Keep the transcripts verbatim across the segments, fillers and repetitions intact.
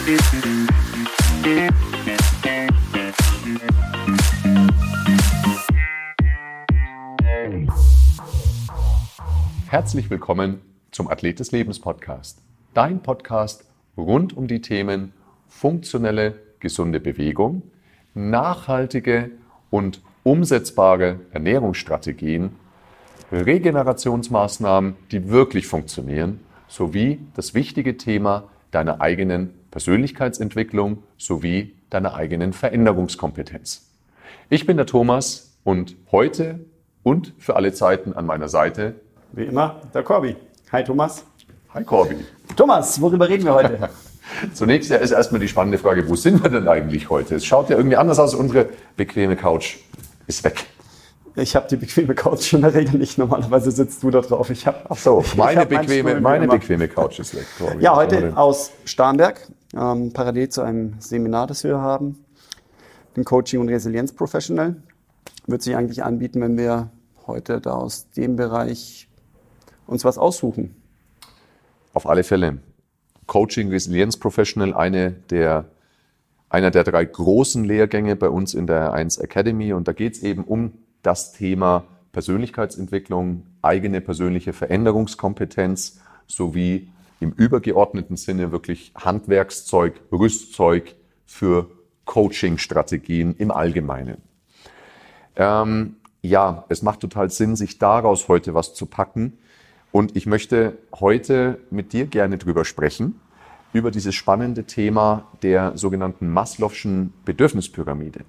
Herzlich willkommen zum Athlet des Lebens Podcast. Dein Podcast rund um die Themen funktionelle, gesunde Bewegung, nachhaltige und umsetzbare Ernährungsstrategien, Regenerationsmaßnahmen, die wirklich funktionieren, sowie das wichtige Thema deiner eigenen Persönlichkeitsentwicklung sowie deiner eigenen Veränderungskompetenz. Ich bin der Thomas und heute und für alle Zeiten an meiner Seite wie immer, der Corby. Hi Thomas. Hi Corby. Thomas, worüber reden wir heute? Zunächst ist erstmal die spannende Frage, wo sind wir denn eigentlich heute? Es schaut ja irgendwie anders aus, unsere bequeme Couch ist weg. Ich habe die bequeme Couch schon in der Regel nicht, normalerweise sitzt du da drauf. Ich hab, Ach so, meine, hab bequeme, meine bequeme Couch ist weg. Corby. Ja, heute aus Starnberg, ähm, parallel zu einem Seminar, das wir haben, den Coaching- und Resilienz-Professional. Wird sich eigentlich anbieten, wenn wir heute da aus dem Bereich uns was aussuchen. Auf alle Fälle. Coaching Resilienz Professional, eine der, einer der drei großen Lehrgänge bei uns in der eins Academy. Und da geht es eben um das Thema Persönlichkeitsentwicklung, eigene persönliche Veränderungskompetenz sowie im übergeordneten Sinne wirklich Handwerkszeug, Rüstzeug für Coaching-Strategien im Allgemeinen. Ähm, ja, es macht total Sinn, sich daraus heute was zu packen. Und ich möchte heute mit dir gerne drüber sprechen, über dieses spannende Thema der sogenannten Maslow'schen Bedürfnispyramide.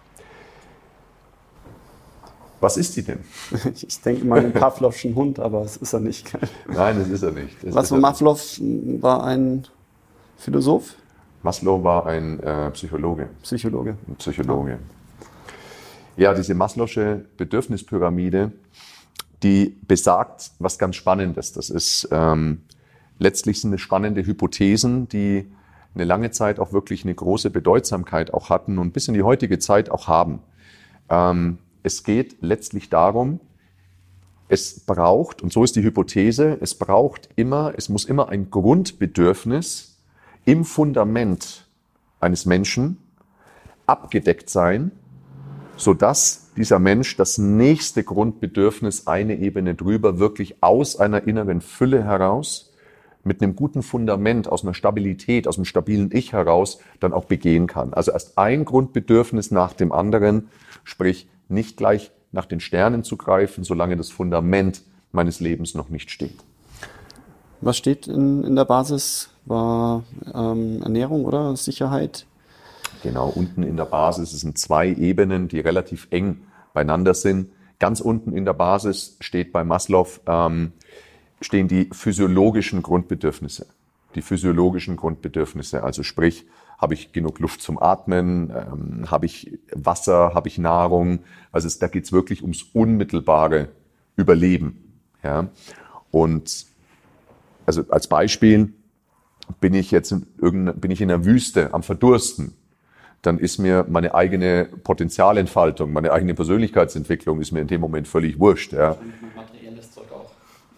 Was ist die denn? Ich denke mal einen Pavlovschen Hund, aber es ist er nicht. Nein, das ist er nicht. Das Was war Maslow? War ein Philosoph? Maslow war ein äh, Psychologe. Psychologe. Ein Psychologe. Ja, diese Maslow'sche Bedürfnispyramide, die besagt was ganz Spannendes. Das ist ähm, letztlich sind es spannende Hypothesen, die eine lange Zeit auch wirklich eine große Bedeutsamkeit auch hatten und bis in die heutige Zeit auch haben. Ähm, es geht letztlich darum, es braucht, und so ist die Hypothese, es braucht immer, es muss immer ein Grundbedürfnis im Fundament eines Menschen abgedeckt sein, sodass dieser Mensch das nächste Grundbedürfnis eine Ebene drüber wirklich aus einer inneren Fülle heraus, mit einem guten Fundament, aus einer Stabilität, aus einem stabilen Ich heraus dann auch begehen kann. Also erst ein Grundbedürfnis nach dem anderen, sprich nicht gleich nach den Sternen zu greifen, solange das Fundament meines Lebens noch nicht steht. Was steht in, in der Basis? War ähm, Ernährung oder Sicherheit? Genau, unten in der Basis, es sind zwei Ebenen, die relativ eng beieinander sind. Ganz unten in der Basis steht bei Maslow, ähm, stehen die physiologischen Grundbedürfnisse. Die physiologischen Grundbedürfnisse, also sprich, habe ich genug Luft zum Atmen, ähm, habe ich Wasser, habe ich Nahrung. Also es, da geht es wirklich ums unmittelbare Überleben. Ja? Und also als Beispiel bin ich jetzt in irgendeiner, bin ich in der Wüste am Verdursten. Dann ist mir meine eigene Potenzialentfaltung, meine eigene Persönlichkeitsentwicklung ist mir in dem Moment völlig wurscht. Ja. Materielles Zeug auch.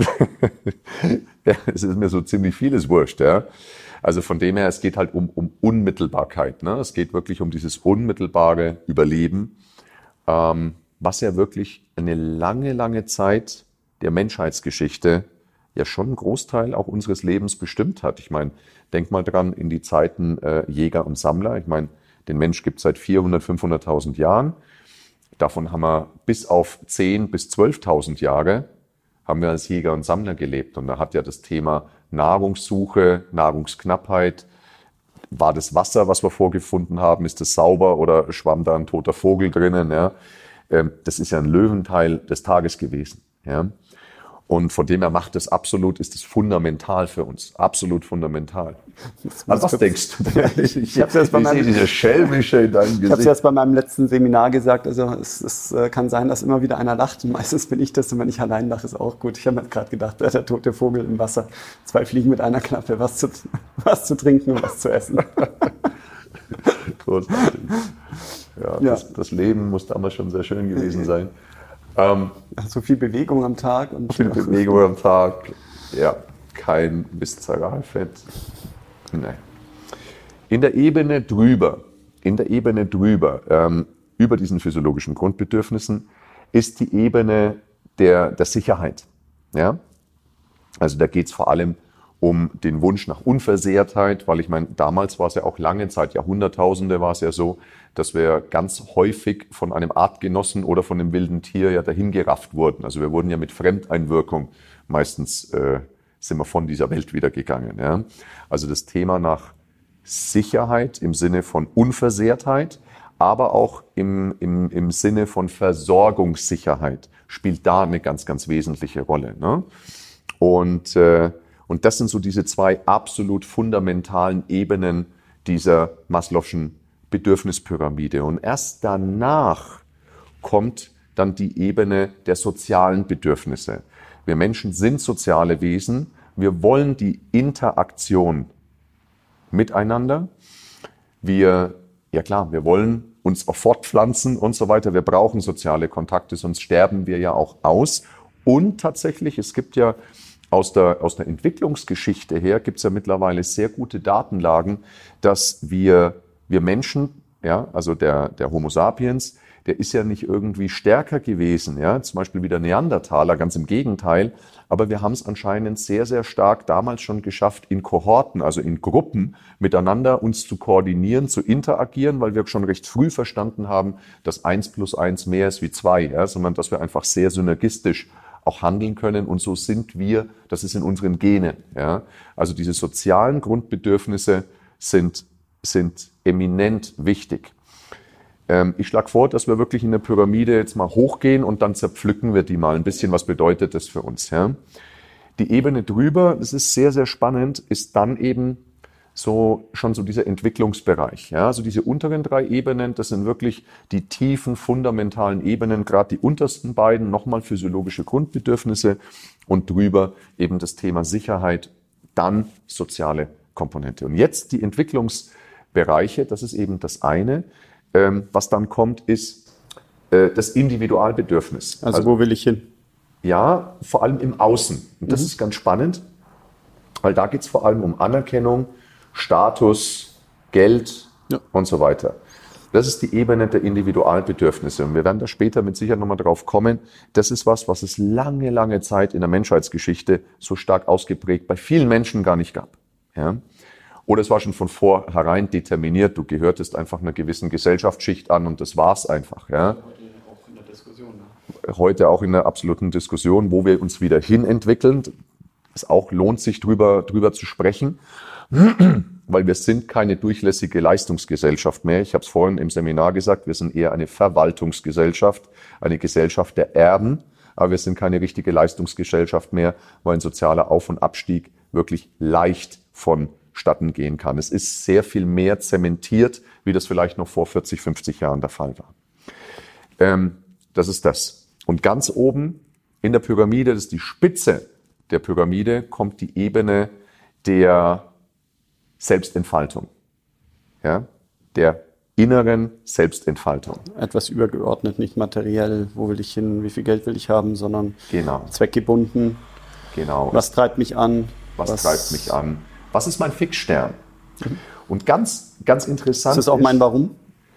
Ja, es ist mir so ziemlich vieles wurscht. Ja. Also von dem her, es geht halt um, um Unmittelbarkeit. Ne? Es geht wirklich um dieses unmittelbare Überleben, ähm, was ja wirklich eine lange, lange Zeit der Menschheitsgeschichte ja schon einen Großteil auch unseres Lebens bestimmt hat. Ich meine, denk mal dran in die Zeiten äh, Jäger und Sammler. Ich meine, den Mensch gibt es seit vierhundert, fünfhunderttausend Jahren. Davon haben wir bis auf zehn bis zwölftausend Jahre haben wir als Jäger und Sammler gelebt. Und da hat ja das Thema Nahrungssuche, Nahrungsknappheit, war das Wasser, was wir vorgefunden haben, ist das sauber oder schwamm da ein toter Vogel drinnen? Ja? Das ist ja ein Löwenteil des Tages gewesen. Ja? Und von dem her macht es absolut, ist es fundamental für uns. Absolut fundamental. Also was denkst du? Ich, ich, ich, ich sehe diese schelmische in deinem Gesicht. Ich habe es erst bei meinem letzten Seminar gesagt, also es, es kann sein, dass immer wieder einer lacht. Und meistens bin ich das und wenn ich allein lache, ist auch gut. Ich habe mir gerade gedacht, der tote Vogel im Wasser. Zwei Fliegen mit einer Klappe, was zu, was zu trinken und was zu essen. Großartig. Ja, ja. Das, das Leben muss damals schon sehr schön gewesen sein. Ähm, so viel Bewegung am Tag. Und viel Bewegung am Tag, ja, kein Viszeralfett. Nein. In der Ebene drüber, in der Ebene drüber, ähm, über diesen physiologischen Grundbedürfnissen, ist die Ebene der, der Sicherheit. Ja? Also da geht es vor allem um den Wunsch nach Unversehrtheit, weil ich meine, damals war es ja auch lange Zeit, Jahrhunderttausende war es ja so, dass wir ganz häufig von einem Artgenossen oder von einem wilden Tier ja dahin gerafft wurden. Also wir wurden ja mit Fremdeinwirkung meistens äh, sind wir von dieser Welt wieder gegangen. Ja? Also das Thema nach Sicherheit im Sinne von Unversehrtheit, aber auch im, im, im Sinne von Versorgungssicherheit spielt da eine ganz, ganz wesentliche Rolle. Ne? Und, äh, und das sind so diese zwei absolut fundamentalen Ebenen dieser Maslow'schen Bedürfnispyramide. Und erst danach kommt dann die Ebene der sozialen Bedürfnisse. Wir Menschen sind soziale Wesen. Wir wollen die Interaktion miteinander. Wir, ja klar, wir wollen uns auch fortpflanzen und so weiter. Wir brauchen soziale Kontakte, sonst sterben wir ja auch aus. Und tatsächlich, es gibt ja aus der, aus der Entwicklungsgeschichte her, gibt es ja mittlerweile sehr gute Datenlagen, dass wir, wir Menschen, ja, also der, der Homo sapiens, der ist ja nicht irgendwie stärker gewesen, ja, zum Beispiel wie der Neandertaler, ganz im Gegenteil. Aber wir haben es anscheinend sehr, sehr stark damals schon geschafft, in Kohorten, also in Gruppen miteinander uns zu koordinieren, zu interagieren, weil wir schon recht früh verstanden haben, dass eins plus eins mehr ist wie zwei, ja, sondern dass wir einfach sehr synergistisch auch handeln können. Und so sind wir, das ist in unseren Genen, ja. Also diese sozialen Grundbedürfnisse sind, sind eminent wichtig. Ich schlage vor, dass wir wirklich in der Pyramide jetzt mal hochgehen und dann zerpflücken wir die mal ein bisschen. Was bedeutet das für uns? Ja? Die Ebene drüber, das ist sehr, sehr spannend, ist dann eben so schon so dieser Entwicklungsbereich. Ja? Also diese unteren drei Ebenen, das sind wirklich die tiefen, fundamentalen Ebenen, gerade die untersten beiden, nochmal physiologische Grundbedürfnisse und drüber eben das Thema Sicherheit, dann soziale Komponente. Und jetzt die Entwicklungsbereiche, das ist eben das eine. Ähm, was dann kommt, ist äh, das Individualbedürfnis. Also, also wo will ich hin? Ja, vor allem im Außen. Und das mhm. ist ganz spannend, weil da geht es vor allem um Anerkennung, Status, Geld ja. und so weiter. Das ist die Ebene der Individualbedürfnisse. Und wir werden da später mit Sicherheit nochmal drauf kommen. Das ist was, was es lange, lange Zeit in der Menschheitsgeschichte so stark ausgeprägt bei vielen Menschen gar nicht gab. Ja? Oder es war schon von vornherein determiniert, du gehörtest einfach einer gewissen Gesellschaftsschicht an und das war's einfach. Ja. Heute auch in der Diskussion. Ne? Heute auch in der absoluten Diskussion, wo wir uns wieder hinentwickeln. Es auch lohnt sich, drüber, drüber zu sprechen, weil wir sind keine durchlässige Leistungsgesellschaft mehr. Ich habe es vorhin im Seminar gesagt, wir sind eher eine Verwaltungsgesellschaft, eine Gesellschaft der Erben, aber wir sind keine richtige Leistungsgesellschaft mehr, weil ein sozialer Auf- und Abstieg wirklich leicht von statten gehen kann. Es ist sehr viel mehr zementiert, wie das vielleicht noch vor vierzig, fünfzig Jahren der Fall war. Ähm, das ist das. Und ganz oben in der Pyramide, das ist die Spitze der Pyramide, kommt die Ebene der Selbstentfaltung. Ja? Der inneren Selbstentfaltung. Etwas übergeordnet, nicht materiell, wo will ich hin, wie viel Geld will ich haben, sondern genau. zweckgebunden. Genau. Was treibt mich an? Was, was treibt mich an? Was ist mein Fixstern? Mhm. Und ganz, ganz interessant ist das auch mein Warum?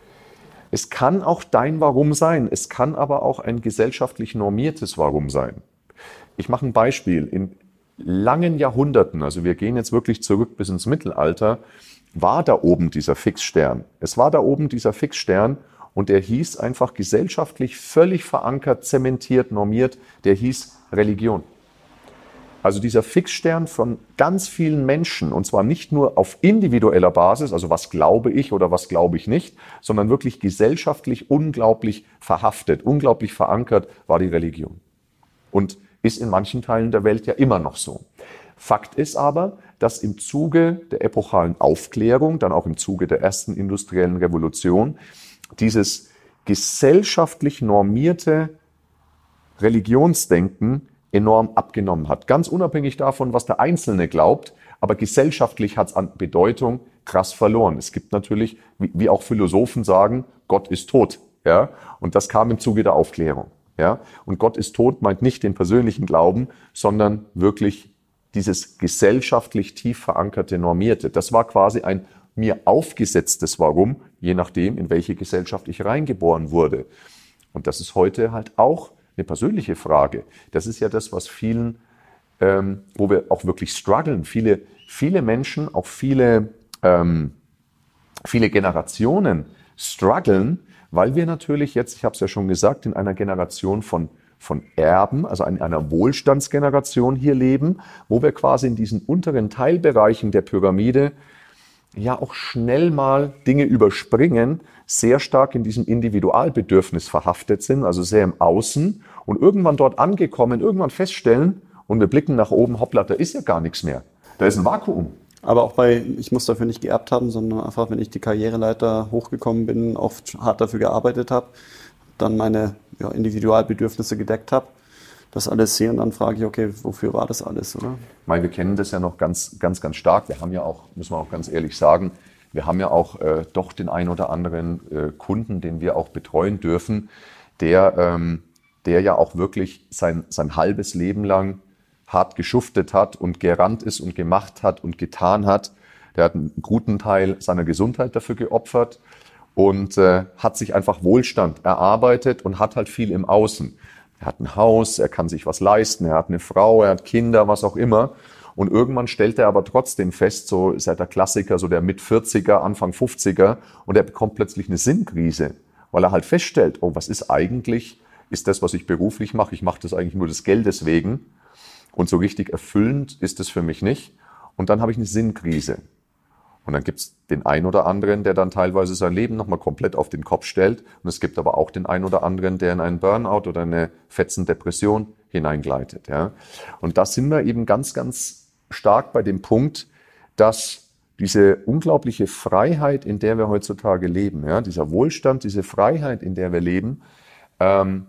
Es kann auch dein Warum sein. Es kann aber auch ein gesellschaftlich normiertes Warum sein. Ich mache ein Beispiel. In langen Jahrhunderten, also wir gehen jetzt wirklich zurück bis ins Mittelalter, war da oben dieser Fixstern. Es war da oben dieser Fixstern und der hieß einfach gesellschaftlich völlig verankert, zementiert, normiert, der hieß Religion. Also dieser Fixstern von ganz vielen Menschen, und zwar nicht nur auf individueller Basis, also was glaube ich oder was glaube ich nicht, sondern wirklich gesellschaftlich unglaublich verhaftet, unglaublich verankert war die Religion. Und ist in manchen Teilen der Welt ja immer noch so. Fakt ist aber, dass im Zuge der epochalen Aufklärung, dann auch im Zuge der ersten industriellen Revolution, dieses gesellschaftlich normierte Religionsdenken enorm abgenommen hat. Ganz unabhängig davon, was der Einzelne glaubt, aber gesellschaftlich hat es an Bedeutung krass verloren. Es gibt natürlich, wie, wie auch Philosophen sagen, Gott ist tot. Ja? Und das kam im Zuge der Aufklärung. Ja? Und Gott ist tot meint nicht den persönlichen Glauben, sondern wirklich dieses gesellschaftlich tief verankerte, normierte. Das war quasi ein mir aufgesetztes Warum, je nachdem, in welche Gesellschaft ich reingeboren wurde. Und das ist heute halt auch eine persönliche Frage. Das ist ja das, was vielen, ähm, wo wir auch wirklich strugglen. Viele, viele Menschen, auch viele, ähm, viele Generationen strugglen, weil wir natürlich jetzt, ich habe es ja schon gesagt, in einer Generation von, von Erben, also in einer Wohlstandsgeneration hier leben, wo wir quasi in diesen unteren Teilbereichen der Pyramide ja auch schnell mal Dinge überspringen, sehr stark in diesem Individualbedürfnis verhaftet sind, also sehr im Außen und irgendwann dort angekommen, irgendwann feststellen und wir blicken nach oben, hoppla, da ist ja gar nichts mehr. Da ist ein Vakuum. Aber auch bei, ich muss dafür nicht geerbt haben, sondern einfach, wenn ich die Karriereleiter hochgekommen bin, oft hart dafür gearbeitet habe, dann meine ja, Individualbedürfnisse gedeckt habe, das alles sehe und dann frage ich, okay, wofür war das alles, oder? Ich meine, wir kennen das ja noch ganz, ganz, ganz stark. Wir haben ja auch, müssen wir auch ganz ehrlich sagen, wir haben ja auch äh, doch den ein oder anderen äh, Kunden, den wir auch betreuen dürfen, der, ähm, der ja auch wirklich sein, sein halbes Leben lang hart geschuftet hat und gerannt ist und gemacht hat und getan hat. Der hat einen guten Teil seiner Gesundheit dafür geopfert und äh, hat sich einfach Wohlstand erarbeitet und hat halt viel im Außen. Er hat ein Haus, er kann sich was leisten, er hat eine Frau, er hat Kinder, was auch immer. Und irgendwann stellt er aber trotzdem fest, so ist ja der Klassiker, so der Mit-vierziger, Anfang fünfziger, und er bekommt plötzlich eine Sinnkrise, weil er halt feststellt, oh, was ist eigentlich, ist das, was ich beruflich mache, ich mache das eigentlich nur des Geldes wegen und so richtig erfüllend ist es für mich nicht. Und dann habe ich eine Sinnkrise. Und dann gibt es den einen oder anderen, der dann teilweise sein Leben nochmal komplett auf den Kopf stellt. Und es gibt aber auch den einen oder anderen, der in einen Burnout oder eine Fetzendepression hineingleitet. Ja. Und da sind wir eben ganz, ganz stark bei dem Punkt, dass diese unglaubliche Freiheit, in der wir heutzutage leben, ja, dieser Wohlstand, diese Freiheit, in der wir leben, ähm,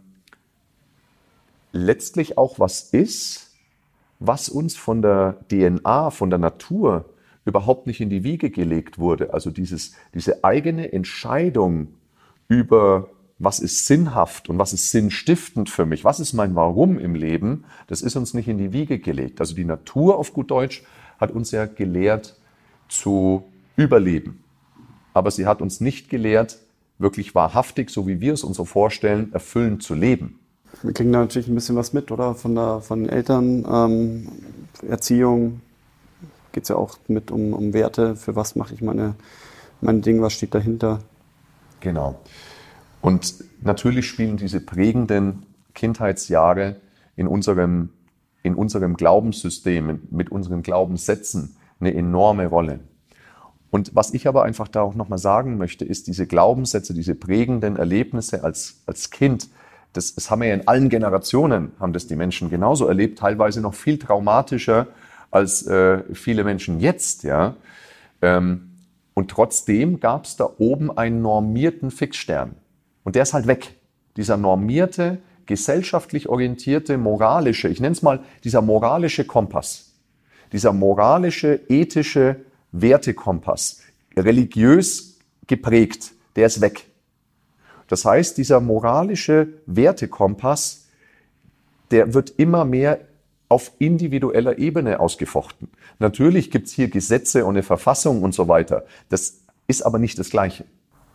letztlich auch was ist, was uns von der D N A, von der Natur überhaupt nicht in die Wiege gelegt wurde. Also dieses, diese eigene Entscheidung über, was ist sinnhaft und was ist sinnstiftend für mich, was ist mein Warum im Leben, das ist uns nicht in die Wiege gelegt. Also die Natur auf gut Deutsch hat uns ja gelehrt zu überleben. Aber sie hat uns nicht gelehrt, wirklich wahrhaftig, so wie wir es uns so vorstellen, erfüllend zu leben. Wir kriegen da natürlich ein bisschen was mit, oder? Von, der, von den Eltern, ähm, Erziehung, geht es ja auch mit um, um Werte, für was mache ich meine, mein Ding, was steht dahinter. Genau. Und natürlich spielen diese prägenden Kindheitsjahre in unserem, in unserem Glaubenssystem, mit unseren Glaubenssätzen eine enorme Rolle. Und was ich aber einfach da auch nochmal sagen möchte, ist, diese Glaubenssätze, diese prägenden Erlebnisse als, als Kind, das, das haben wir ja in allen Generationen, haben das die Menschen genauso erlebt, teilweise noch viel traumatischer als äh, viele Menschen jetzt, ja. Ähm, und trotzdem gab es da oben einen normierten Fixstern. Und der ist halt weg. Dieser normierte, gesellschaftlich orientierte, moralische, ich nenne es mal dieser moralische Kompass. Dieser moralische, ethische Wertekompass, religiös geprägt, der ist weg. Das heißt, dieser moralische Wertekompass, der wird immer mehr auf individueller Ebene ausgefochten. Natürlich gibt es hier Gesetze und eine Verfassung und so weiter. Das ist aber nicht das Gleiche.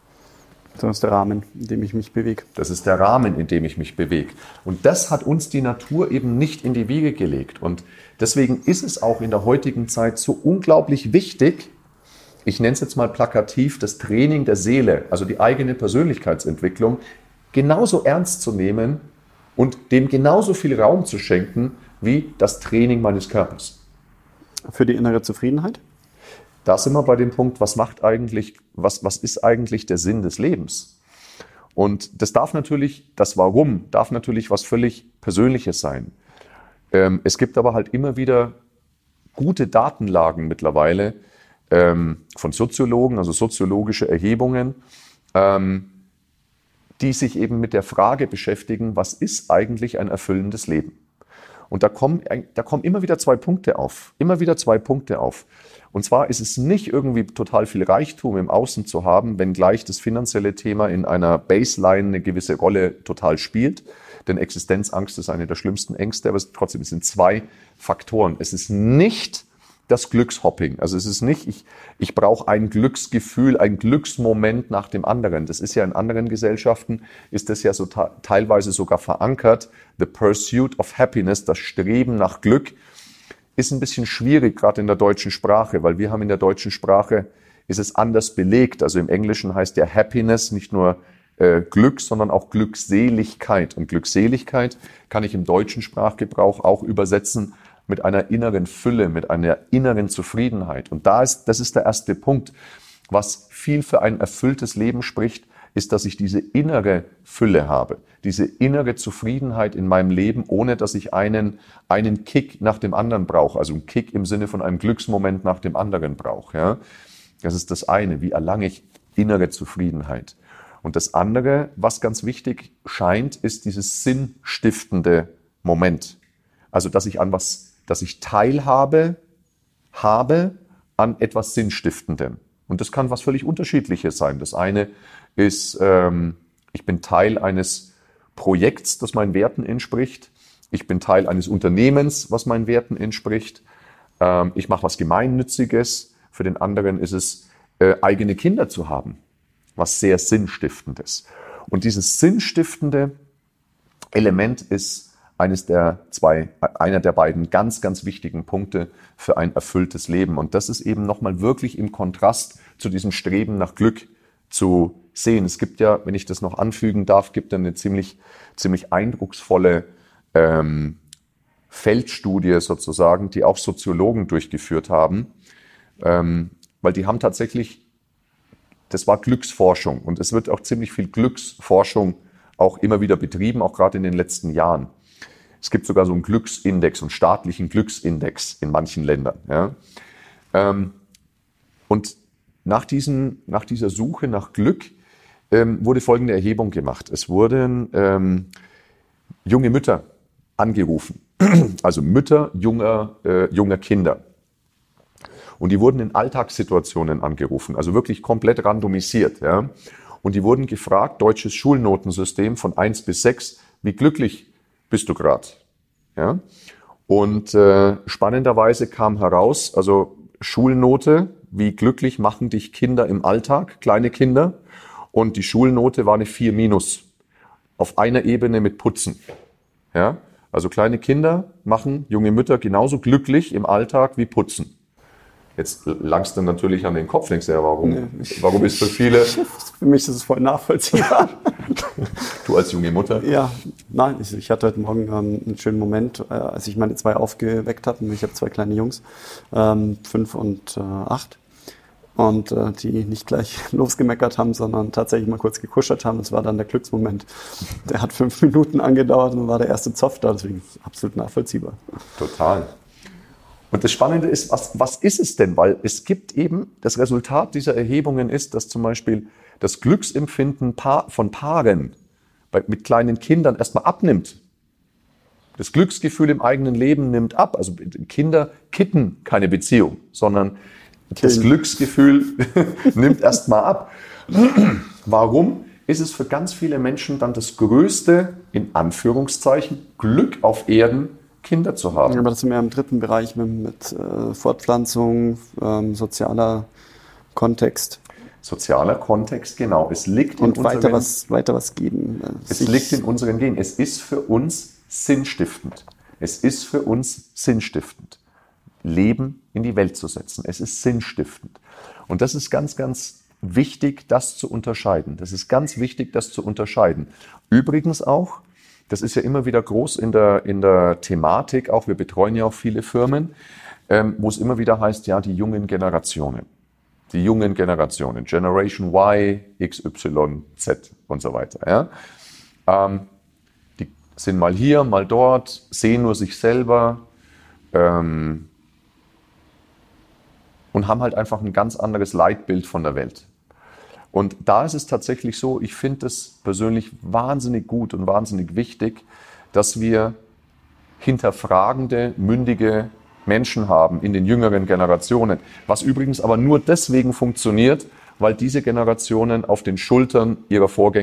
Das ist der Rahmen, in dem ich mich bewege. Das ist der Rahmen, in dem ich mich bewege. Und das hat uns die Natur eben nicht in die Wiege gelegt. Und deswegen ist es auch in der heutigen Zeit so unglaublich wichtig, ich nenne es jetzt mal plakativ, das Training der Seele, also die eigene Persönlichkeitsentwicklung, genauso ernst zu nehmen und dem genauso viel Raum zu schenken, wie das Training meines Körpers. Für die innere Zufriedenheit? Da sind wir bei dem Punkt, was macht eigentlich, was, was ist eigentlich der Sinn des Lebens? Und das darf natürlich, das Warum, darf natürlich was völlig Persönliches sein. Ähm, es gibt aber halt immer wieder gute Datenlagen mittlerweile ähm, von Soziologen, also soziologische Erhebungen, ähm, die sich eben mit der Frage beschäftigen, was ist eigentlich ein erfüllendes Leben? Und da kommen, da kommen immer wieder zwei Punkte auf, immer wieder zwei Punkte auf. Und zwar ist es nicht irgendwie total viel Reichtum im Außen zu haben, wenngleich das finanzielle Thema in einer Baseline eine gewisse Rolle total spielt. Denn Existenzangst ist eine der schlimmsten Ängste, aber es, trotzdem es sind zwei Faktoren. Es ist nicht das Glückshopping. Also es ist nicht, ich, ich brauche ein Glücksgefühl, ein Glücksmoment nach dem anderen. Das ist ja in anderen Gesellschaften, ist das ja so teilweise sogar verankert. The pursuit of happiness, das Streben nach Glück, ist ein bisschen schwierig, gerade in der deutschen Sprache, weil wir haben in der deutschen Sprache, ist es anders belegt. Also im Englischen heißt ja Happiness nicht nur äh, Glück, sondern auch Glückseligkeit. Und Glückseligkeit kann ich im deutschen Sprachgebrauch auch übersetzen mit einer inneren Fülle, mit einer inneren Zufriedenheit. Und da ist, das ist der erste Punkt. Was viel für ein erfülltes Leben spricht, ist, dass ich diese innere Fülle habe, diese innere Zufriedenheit in meinem Leben, ohne dass ich einen, einen Kick nach dem anderen brauche. Also einen Kick im Sinne von einem Glücksmoment nach dem anderen brauche. Ja? Das ist das eine. Wie erlange ich innere Zufriedenheit? Und das andere, was ganz wichtig scheint, ist dieses sinnstiftende Moment. Also, dass ich an was dass ich Teilhabe habe an etwas Sinnstiftendem. Und das kann was völlig Unterschiedliches sein. Das eine ist, ähm, ich bin Teil eines Projekts, das meinen Werten entspricht. Ich bin Teil eines Unternehmens, was meinen Werten entspricht. Ähm, ich mache was Gemeinnütziges. Für den anderen ist es, äh, eigene Kinder zu haben, was sehr Sinnstiftendes. Und dieses sinnstiftende Element ist eines der zwei, einer der beiden ganz, ganz wichtigen Punkte für ein erfülltes Leben. Und das ist eben nochmal wirklich im Kontrast zu diesem Streben nach Glück zu sehen. Es gibt ja, wenn ich das noch anfügen darf, gibt es eine ziemlich, ziemlich eindrucksvolle ähm, Feldstudie sozusagen, die auch Soziologen durchgeführt haben, ähm, weil die haben tatsächlich, das war Glücksforschung und es wird auch ziemlich viel Glücksforschung auch immer wieder betrieben, auch gerade in den letzten Jahren. Es gibt sogar so einen Glücksindex, einen staatlichen Glücksindex in manchen Ländern. Ja. Ähm, und nach, diesen, nach dieser Suche nach Glück ähm, wurde folgende Erhebung gemacht. Es wurden ähm, junge Mütter angerufen, also Mütter junger, äh, junger Kinder. Und die wurden in Alltagssituationen angerufen, also wirklich komplett randomisiert. Ja. Und die wurden gefragt, deutsches Schulnotensystem von eins bis sechs, wie glücklich bist du gerade? Ja? Und äh, spannenderweise kam heraus, also Schulnote, wie glücklich machen dich Kinder im Alltag, kleine Kinder. Und die Schulnote war eine vier minus, auf einer Ebene mit Putzen. Ja? Also kleine Kinder machen junge Mütter genauso glücklich im Alltag wie Putzen. Jetzt langst du natürlich an den Kopf, denkst du ja, warum, nee, warum ist für viele... Für mich ist es voll nachvollziehbar. Du als junge Mutter? Ja, nein, ich, ich hatte heute Morgen ähm, einen schönen Moment, äh, als ich meine zwei aufgeweckt habe. Ich habe zwei kleine Jungs, ähm, fünf und äh, acht. Und äh, die nicht gleich losgemeckert haben, sondern tatsächlich mal kurz gekuschelt haben. Das war dann der Glücksmoment. Der hat fünf Minuten angedauert und war der erste Zoff da. Deswegen ist es absolut nachvollziehbar. Total. Und das Spannende ist, was, was ist es denn? Weil es gibt eben, das Resultat dieser Erhebungen ist, dass zum Beispiel das Glücksempfinden von Paaren bei, mit kleinen Kindern erstmal abnimmt. Das Glücksgefühl im eigenen Leben nimmt ab. Also Kinder kitten keine Beziehung, sondern das okay. Glücksgefühl nimmt erstmal ab. Warum ist es für ganz viele Menschen dann das größte, in Anführungszeichen, Glück auf Erden, Kinder zu haben? Aber das sind wir im dritten Bereich mit, mit äh, Fortpflanzung, ähm, sozialer Kontext. Sozialer Kontext, genau. Es liegt in Und unseren, weiter was, weiter was geben. Es liegt in unseren Genen. Es ist für uns sinnstiftend. Es ist für uns sinnstiftend, Leben in die Welt zu setzen. Es ist sinnstiftend. Und das ist ganz, ganz wichtig, das zu unterscheiden. Das ist ganz wichtig, das zu unterscheiden. Übrigens auch, das ist ja immer wieder groß in der, in der Thematik, auch wir betreuen ja auch viele Firmen, ähm, wo es immer wieder heißt, ja, die jungen Generationen. Die jungen Generationen, Generation Y, X, Y, Z und so weiter. Ja? Ähm, die sind mal hier, mal dort, sehen nur sich selber ähm, und haben halt einfach ein ganz anderes Leitbild von der Welt. Und da ist es tatsächlich so, ich finde es persönlich wahnsinnig gut und wahnsinnig wichtig, dass wir hinterfragende, mündige Menschen haben in den jüngeren Generationen. Was übrigens aber nur deswegen funktioniert, weil diese Generationen auf den Schultern ihrer Vorgänger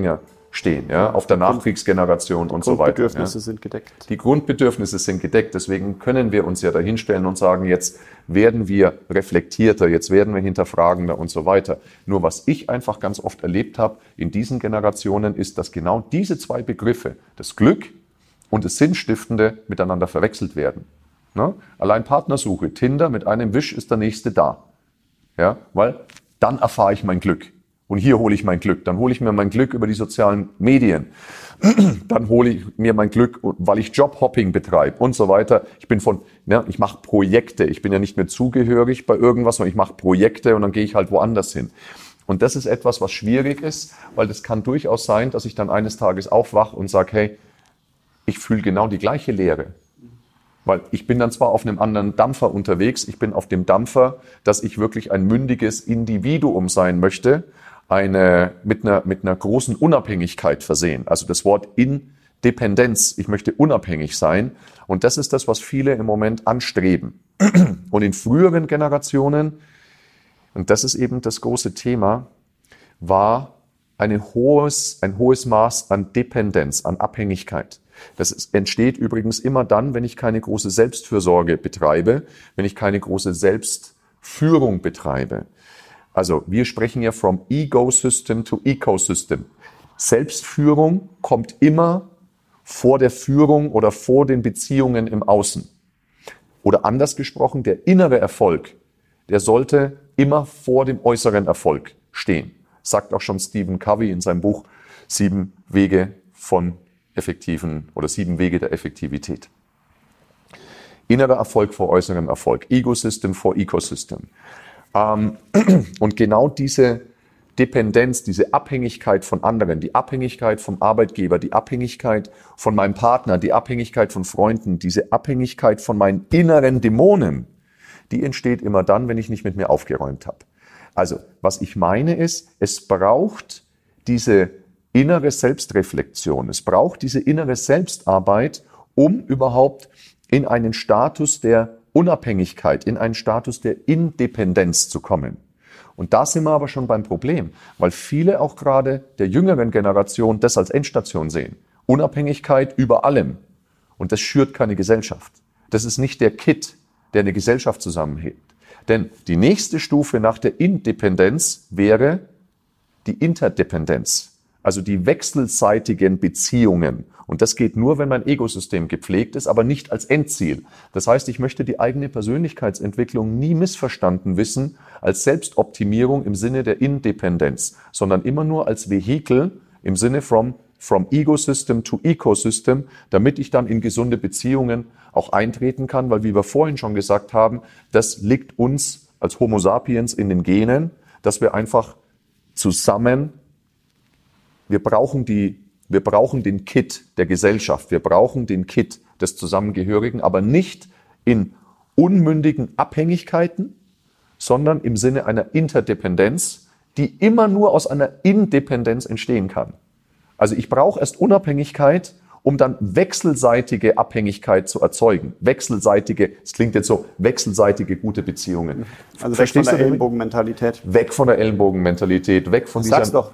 stehen, ja, auf der Nachkriegsgeneration und so weiter. Die Grundbedürfnisse ja. sind gedeckt. Die Grundbedürfnisse sind gedeckt, deswegen können wir uns ja dahinstellen und sagen, jetzt werden wir reflektierter, jetzt werden wir hinterfragender und so weiter. Nur was ich einfach ganz oft erlebt habe in diesen Generationen ist, dass genau diese zwei Begriffe, das Glück und das Sinnstiftende, miteinander verwechselt werden. Ne? Allein Partnersuche, Tinder, mit einem Wisch ist der Nächste da. Ja, weil dann erfahre ich mein Glück. Und hier hole ich mein Glück. Dann hole ich mir mein Glück über die sozialen Medien. Dann hole ich mir mein Glück, weil ich Jobhopping betreibe und so weiter. Ich bin von, ja, ich mache Projekte. Ich bin ja nicht mehr zugehörig bei irgendwas, sondern ich mache Projekte und dann gehe ich halt woanders hin. Und das ist etwas, was schwierig ist, weil das kann durchaus sein, dass ich dann eines Tages aufwache und sage, hey, ich fühle genau die gleiche Leere. Weil ich bin dann zwar auf einem anderen Dampfer unterwegs, ich bin auf dem Dampfer, dass ich wirklich ein mündiges Individuum sein möchte, eine, mit einer, mit einer großen Unabhängigkeit versehen. Also das Wort Independenz, ich möchte unabhängig sein. Und das ist das, was viele im Moment anstreben. Und in früheren Generationen, und das ist eben das große Thema, war eine hohes, ein hohes Maß an Dependenz, an Abhängigkeit. Das ist, entsteht übrigens immer dann, wenn ich keine große Selbstfürsorge betreibe, wenn ich keine große Selbstführung betreibe. Also wir sprechen ja from Ego-System to Ecosystem. Selbstführung kommt immer vor der Führung oder vor den Beziehungen im Außen. Oder anders gesprochen, der innere Erfolg, der sollte immer vor dem äußeren Erfolg stehen. Sagt auch schon Stephen Covey in seinem Buch Sieben Wege von effektiven oder sieben Wege der Effektivität. Innerer Erfolg vor äußerem Erfolg. Ego-System vor Ecosystem. Ähm, und genau diese Dependenz, diese Abhängigkeit von anderen, die Abhängigkeit vom Arbeitgeber, die Abhängigkeit von meinem Partner, die Abhängigkeit von Freunden, diese Abhängigkeit von meinen inneren Dämonen, die entsteht immer dann, wenn ich nicht mit mir aufgeräumt habe. Also, was ich meine ist, es braucht diese innere Selbstreflexion. Es braucht diese innere Selbstarbeit, um überhaupt in einen Status der Unabhängigkeit, in einen Status der Independenz zu kommen. Und da sind wir aber schon beim Problem, weil viele auch gerade der jüngeren Generation das als Endstation sehen. Unabhängigkeit über allem. Und das schürt keine Gesellschaft. Das ist nicht der Kit, der eine Gesellschaft zusammenhält. Denn die nächste Stufe nach der Independenz wäre die Interdependenz. Also die wechselseitigen Beziehungen. Und das geht nur, wenn mein Ego-System gepflegt ist, aber nicht als Endziel. Das heißt, ich möchte die eigene Persönlichkeitsentwicklung nie missverstanden wissen als Selbstoptimierung im Sinne der Independenz, sondern immer nur als Vehikel im Sinne from, from Ego-System to Ecosystem, damit ich dann in gesunde Beziehungen auch eintreten kann, weil wie wir vorhin schon gesagt haben, das liegt uns als Homo sapiens in den Genen, dass wir einfach zusammen Wir brauchen die, wir brauchen den Kit der Gesellschaft. Wir brauchen den Kit des Zusammengehörigen, aber nicht in unmündigen Abhängigkeiten, sondern im Sinne einer Interdependenz, die immer nur aus einer Independenz entstehen kann. Also ich brauche erst Unabhängigkeit, um dann wechselseitige Abhängigkeit zu erzeugen. Wechselseitige, es klingt jetzt so, wechselseitige gute Beziehungen. Also weg von der Ellenbogenmentalität. Weg von der Ellenbogenmentalität, weg von dieser... Sag's doch.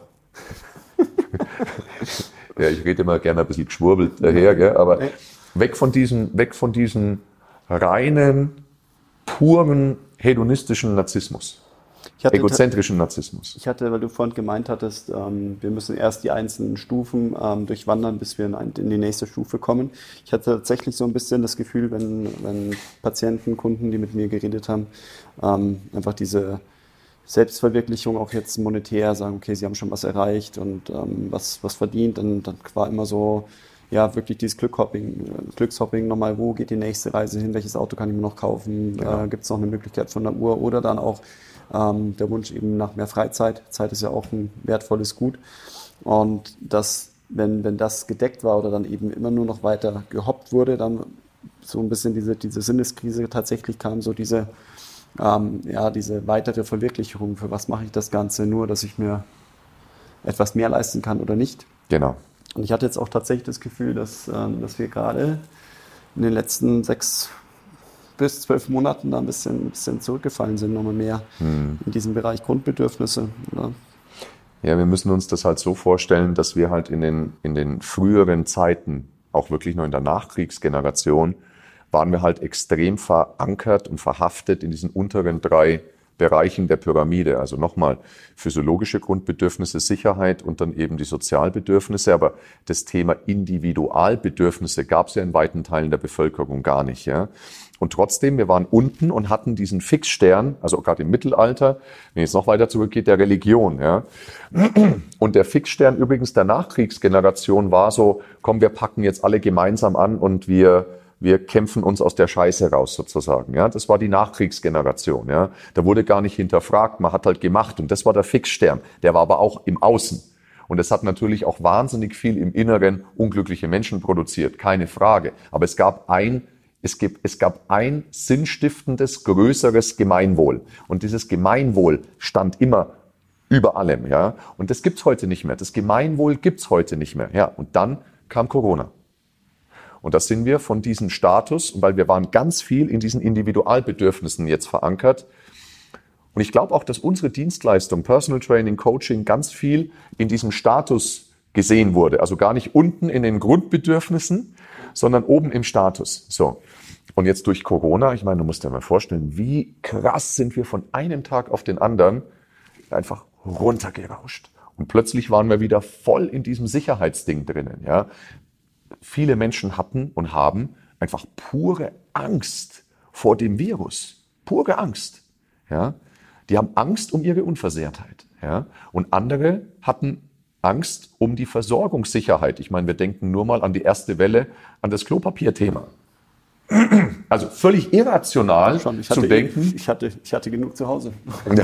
Ja, ich rede immer gerne ein bisschen geschwurbelt daher, gell? Aber weg von diesen, weg von diesen reinen, puren, hedonistischen Narzissmus. Ich hatte, egozentrischen Narzissmus. Ich hatte, weil du vorhin gemeint hattest, ähm, wir müssen erst die einzelnen Stufen ähm, durchwandern, bis wir in, ein, in die nächste Stufe kommen. Ich hatte tatsächlich so ein bisschen das Gefühl, wenn, wenn Patienten, Kunden, die mit mir geredet haben, ähm, einfach diese Selbstverwirklichung auch jetzt monetär sagen, okay, sie haben schon was erreicht und ähm, was, was verdient, dann, dann war immer so, ja, wirklich dieses Glückshopping, Glückshopping nochmal, wo geht die nächste Reise hin, welches Auto kann ich mir noch kaufen, genau. äh, gibt es noch eine Möglichkeit von der Uhr oder dann auch ähm, der Wunsch eben nach mehr Freizeit. Zeit ist ja auch ein wertvolles Gut und das, wenn, wenn das gedeckt war oder dann eben immer nur noch weiter gehoppt wurde, dann so ein bisschen diese, diese Sinneskrise tatsächlich kam, so diese Ähm, ja, diese weitere Verwirklichung, für was mache ich das Ganze, nur dass ich mir etwas mehr leisten kann oder nicht. Genau. Und ich hatte jetzt auch tatsächlich das Gefühl, dass, ähm, dass wir gerade in den letzten sechs bis zwölf Monaten da ein bisschen, ein bisschen zurückgefallen sind, nochmal mehr hm. in diesem Bereich Grundbedürfnisse. Oder? Ja, wir müssen uns das halt so vorstellen, dass wir halt in den, in den früheren Zeiten, auch wirklich noch in der Nachkriegsgeneration, waren wir halt extrem verankert und verhaftet in diesen unteren drei Bereichen der Pyramide. Also nochmal, physiologische Grundbedürfnisse, Sicherheit und dann eben die Sozialbedürfnisse. Aber das Thema Individualbedürfnisse gab es ja in weiten Teilen der Bevölkerung gar nicht. Ja. Und trotzdem, wir waren unten und hatten diesen Fixstern, also gerade im Mittelalter, wenn jetzt noch weiter zurückgeht, der Religion. Ja. Und der Fixstern übrigens der Nachkriegsgeneration war so, komm, wir packen jetzt alle gemeinsam an und wir Wir kämpfen uns aus der Scheiße raus sozusagen. Ja, das war die Nachkriegsgeneration. Ja, da wurde gar nicht hinterfragt, man hat halt gemacht und das war der Fixstern. Der war aber auch im Außen und es hat natürlich auch wahnsinnig viel im Inneren unglückliche Menschen produziert, keine Frage. Aber es gab ein, es gibt, es gab ein sinnstiftendes größeres Gemeinwohl und dieses Gemeinwohl stand immer über allem. Ja, und das gibt's heute nicht mehr. Das Gemeinwohl gibt's heute nicht mehr. Ja, und dann kam Corona. Und das sind wir von diesem Status, weil wir waren ganz viel in diesen Individualbedürfnissen jetzt verankert. Und ich glaube auch, dass unsere Dienstleistung, Personal Training, Coaching, ganz viel in diesem Status gesehen wurde. Also gar nicht unten in den Grundbedürfnissen, sondern oben im Status. So. Und jetzt durch Corona, ich meine, du musst dir mal vorstellen, wie krass sind wir von einem Tag auf den anderen einfach runtergerauscht. Und plötzlich waren wir wieder voll in diesem Sicherheitsding drinnen, ja. Viele Menschen hatten und haben einfach pure Angst vor dem Virus. Pure Angst. Ja? Die haben Angst um ihre Unversehrtheit. Ja? Und andere hatten Angst um die Versorgungssicherheit. Ich meine, wir denken nur mal an die erste Welle, an das Klopapierthema. Also völlig irrational Schon, ich zu hatte, denken. Ich hatte, ich hatte genug zu Hause.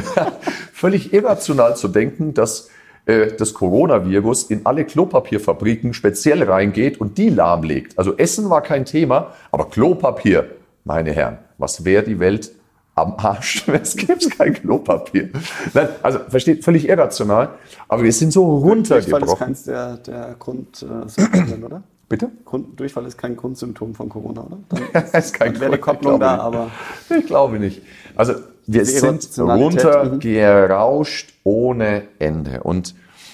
Völlig irrational zu denken, dass das Coronavirus in alle Klopapierfabriken speziell reingeht und die lahmlegt. Also Essen war kein Thema, aber Klopapier, meine Herren, was wäre die Welt am Arsch, es gibt kein Klopapier. Nein, also versteht, völlig irrational, aber wir sind so runtergebrochen. Durchfall ist keins der, der Grundsymptome, oder? Bitte? Grund, Durchfall ist kein Grundsymptom von Corona, oder? Dann ist kein wäre die Kopplung da, aber... Ich glaube nicht. Also wir sind runtergerauscht ohne Ende. Und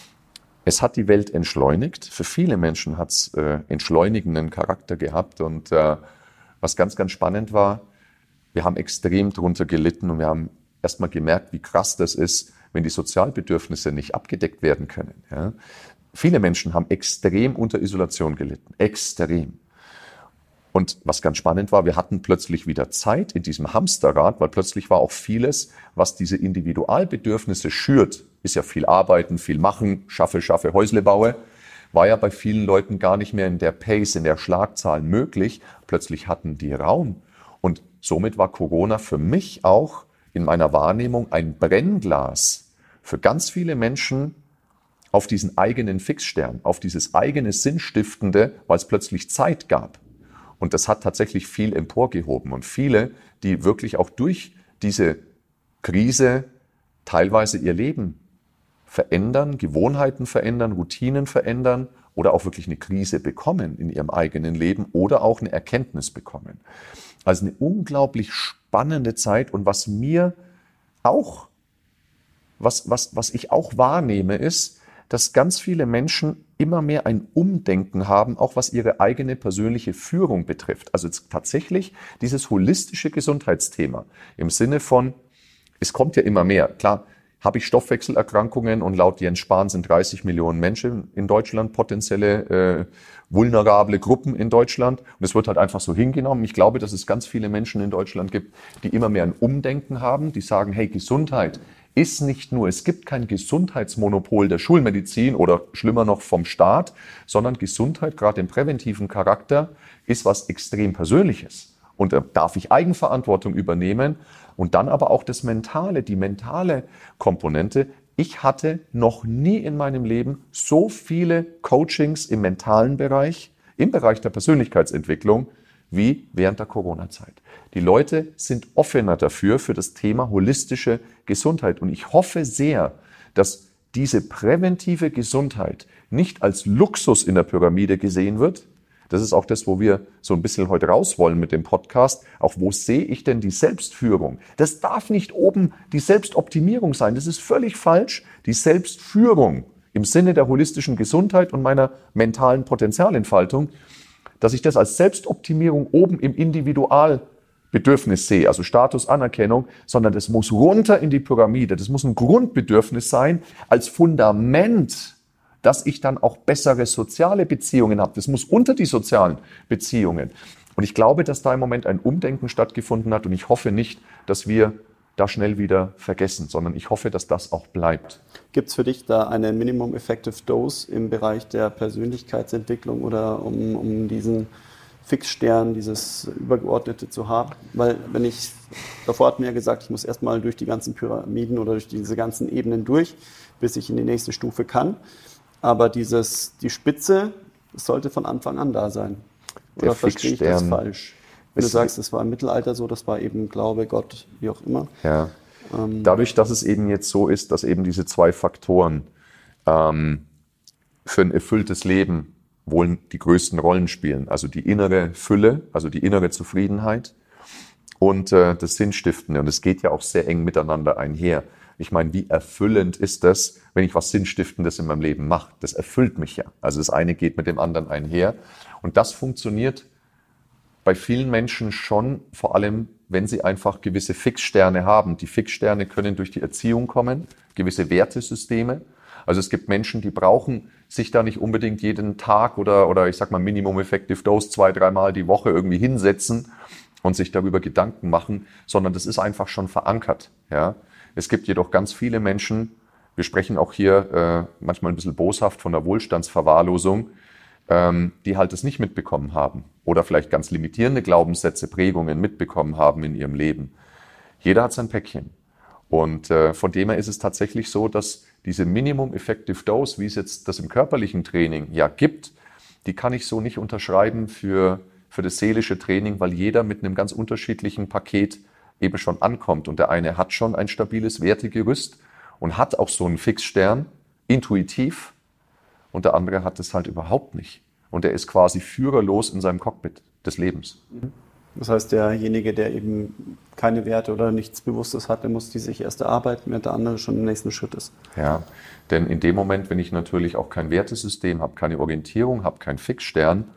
es hat die Welt entschleunigt. Für viele Menschen hat es äh, entschleunigenden Charakter gehabt. Und äh, was ganz, ganz spannend war, wir haben extrem drunter gelitten und wir haben erstmal gemerkt, wie krass das ist, wenn die Sozialbedürfnisse nicht abgedeckt werden können. Ja? Viele Menschen haben extrem unter Isolation gelitten. Extrem. Und was ganz spannend war, wir hatten plötzlich wieder Zeit in diesem Hamsterrad, weil plötzlich war auch vieles, was diese Individualbedürfnisse schürt, ist ja viel arbeiten, viel machen, schaffe, schaffe, Häusle baue, war ja bei vielen Leuten gar nicht mehr in der Pace, in der Schlagzahl möglich. Plötzlich hatten die Raum. Und somit war Corona für mich auch in meiner Wahrnehmung ein Brennglas für ganz viele Menschen auf diesen eigenen Fixstern, auf dieses eigene Sinnstiftende, weil es plötzlich Zeit gab. Und das hat tatsächlich viel emporgehoben. Und viele, die wirklich auch durch diese Krise teilweise ihr Leben verändern, Gewohnheiten verändern, Routinen verändern oder auch wirklich eine Krise bekommen in ihrem eigenen Leben oder auch eine Erkenntnis bekommen. Also eine unglaublich spannende Zeit. Und was mir auch, was, was, was ich auch wahrnehme, ist, dass ganz viele Menschen immer mehr ein Umdenken haben, auch was ihre eigene persönliche Führung betrifft. Also tatsächlich dieses holistische Gesundheitsthema im Sinne von, es kommt ja immer mehr. Klar, habe ich Stoffwechselerkrankungen und laut Jens Spahn sind dreißig Millionen Menschen in Deutschland potenzielle äh, vulnerable Gruppen in Deutschland. Und es wird halt einfach so hingenommen. Ich glaube, dass es ganz viele Menschen in Deutschland gibt, die immer mehr ein Umdenken haben, die sagen, hey, Gesundheit ist nicht nur, es gibt kein Gesundheitsmonopol der Schulmedizin oder schlimmer noch vom Staat, sondern Gesundheit, gerade im präventiven Charakter, ist was extrem Persönliches. Und da darf ich Eigenverantwortung übernehmen und dann aber auch das Mentale, die mentale Komponente. Ich hatte noch nie in meinem Leben so viele Coachings im mentalen Bereich, im Bereich der Persönlichkeitsentwicklung, wie während der Corona-Zeit. Die Leute sind offener dafür, für das Thema holistische Gesundheit. Und ich hoffe sehr, dass diese präventive Gesundheit nicht als Luxus in der Pyramide gesehen wird, Das ist auch das, wo wir so ein bisschen heute raus wollen mit dem Podcast. Auch wo sehe ich denn die Selbstführung? Das darf nicht oben die Selbstoptimierung sein. Das ist völlig falsch. Die Selbstführung im Sinne der holistischen Gesundheit und meiner mentalen Potenzialentfaltung, dass ich das als Selbstoptimierung oben im Individualbedürfnis sehe, also Status, Anerkennung, sondern das muss runter in die Pyramide. Das muss ein Grundbedürfnis sein als Fundament, dass ich dann auch bessere soziale Beziehungen habe. Das muss unter die sozialen Beziehungen. Und ich glaube, dass da im Moment ein Umdenken stattgefunden hat und ich hoffe nicht, dass wir da schnell wieder vergessen, sondern ich hoffe, dass das auch bleibt. Gibt es für dich da eine Minimum Effective Dose im Bereich der Persönlichkeitsentwicklung oder um, um diesen Fixstern, dieses Übergeordnete zu haben? Weil wenn ich, davor hat mir ja gesagt, ich muss erstmal durch die ganzen Pyramiden oder durch diese ganzen Ebenen durch, bis ich in die nächste Stufe kann. Aber dieses, die Spitze sollte von Anfang an da sein. Oder Der verstehe ich das Fixstern falsch? Wenn du sagst, das war im Mittelalter so, das war eben Glaube, Gott, wie auch immer. Ja. Dadurch, dass es eben jetzt so ist, dass eben diese zwei Faktoren ähm, für ein erfülltes Leben wohl die größten Rollen spielen. Also die innere Fülle, also die innere Zufriedenheit und äh, das Sinnstiftende. Und es geht ja auch sehr eng miteinander einher. Ich meine, wie erfüllend ist das, wenn ich was Sinnstiftendes in meinem Leben mache? Das erfüllt mich ja. Also das eine geht mit dem anderen einher. Und das funktioniert bei vielen Menschen schon, vor allem, wenn sie einfach gewisse Fixsterne haben. Die Fixsterne können durch die Erziehung kommen, gewisse Wertesysteme. Also es gibt Menschen, die brauchen sich da nicht unbedingt jeden Tag oder, oder ich sag mal Minimum Effective Dose zwei, dreimal die Woche irgendwie hinsetzen und sich darüber Gedanken machen, sondern das ist einfach schon verankert, ja. Es gibt jedoch ganz viele Menschen, wir sprechen auch hier äh, manchmal ein bisschen boshaft von der Wohlstandsverwahrlosung, ähm, die halt das nicht mitbekommen haben oder vielleicht ganz limitierende Glaubenssätze, Prägungen mitbekommen haben in ihrem Leben. Jeder hat sein Päckchen. Und äh, von dem her ist es tatsächlich so, dass diese Minimum Effective Dose, wie es jetzt das im körperlichen Training ja gibt, die kann ich so nicht unterschreiben für, für das seelische Training, weil jeder mit einem ganz unterschiedlichen Paket eben schon ankommt. Und der eine hat schon ein stabiles Wertegerüst und hat auch so einen Fixstern, intuitiv, und der andere hat es halt überhaupt nicht. Und er ist quasi führerlos in seinem Cockpit des Lebens. Das heißt, derjenige, der eben keine Werte oder nichts Bewusstes hat, der muss die sich erst erarbeiten, während der andere schon im nächsten Schritt ist. Ja, denn in dem Moment, wenn ich natürlich auch kein Wertesystem habe, keine Orientierung habe, keinen Fixstern,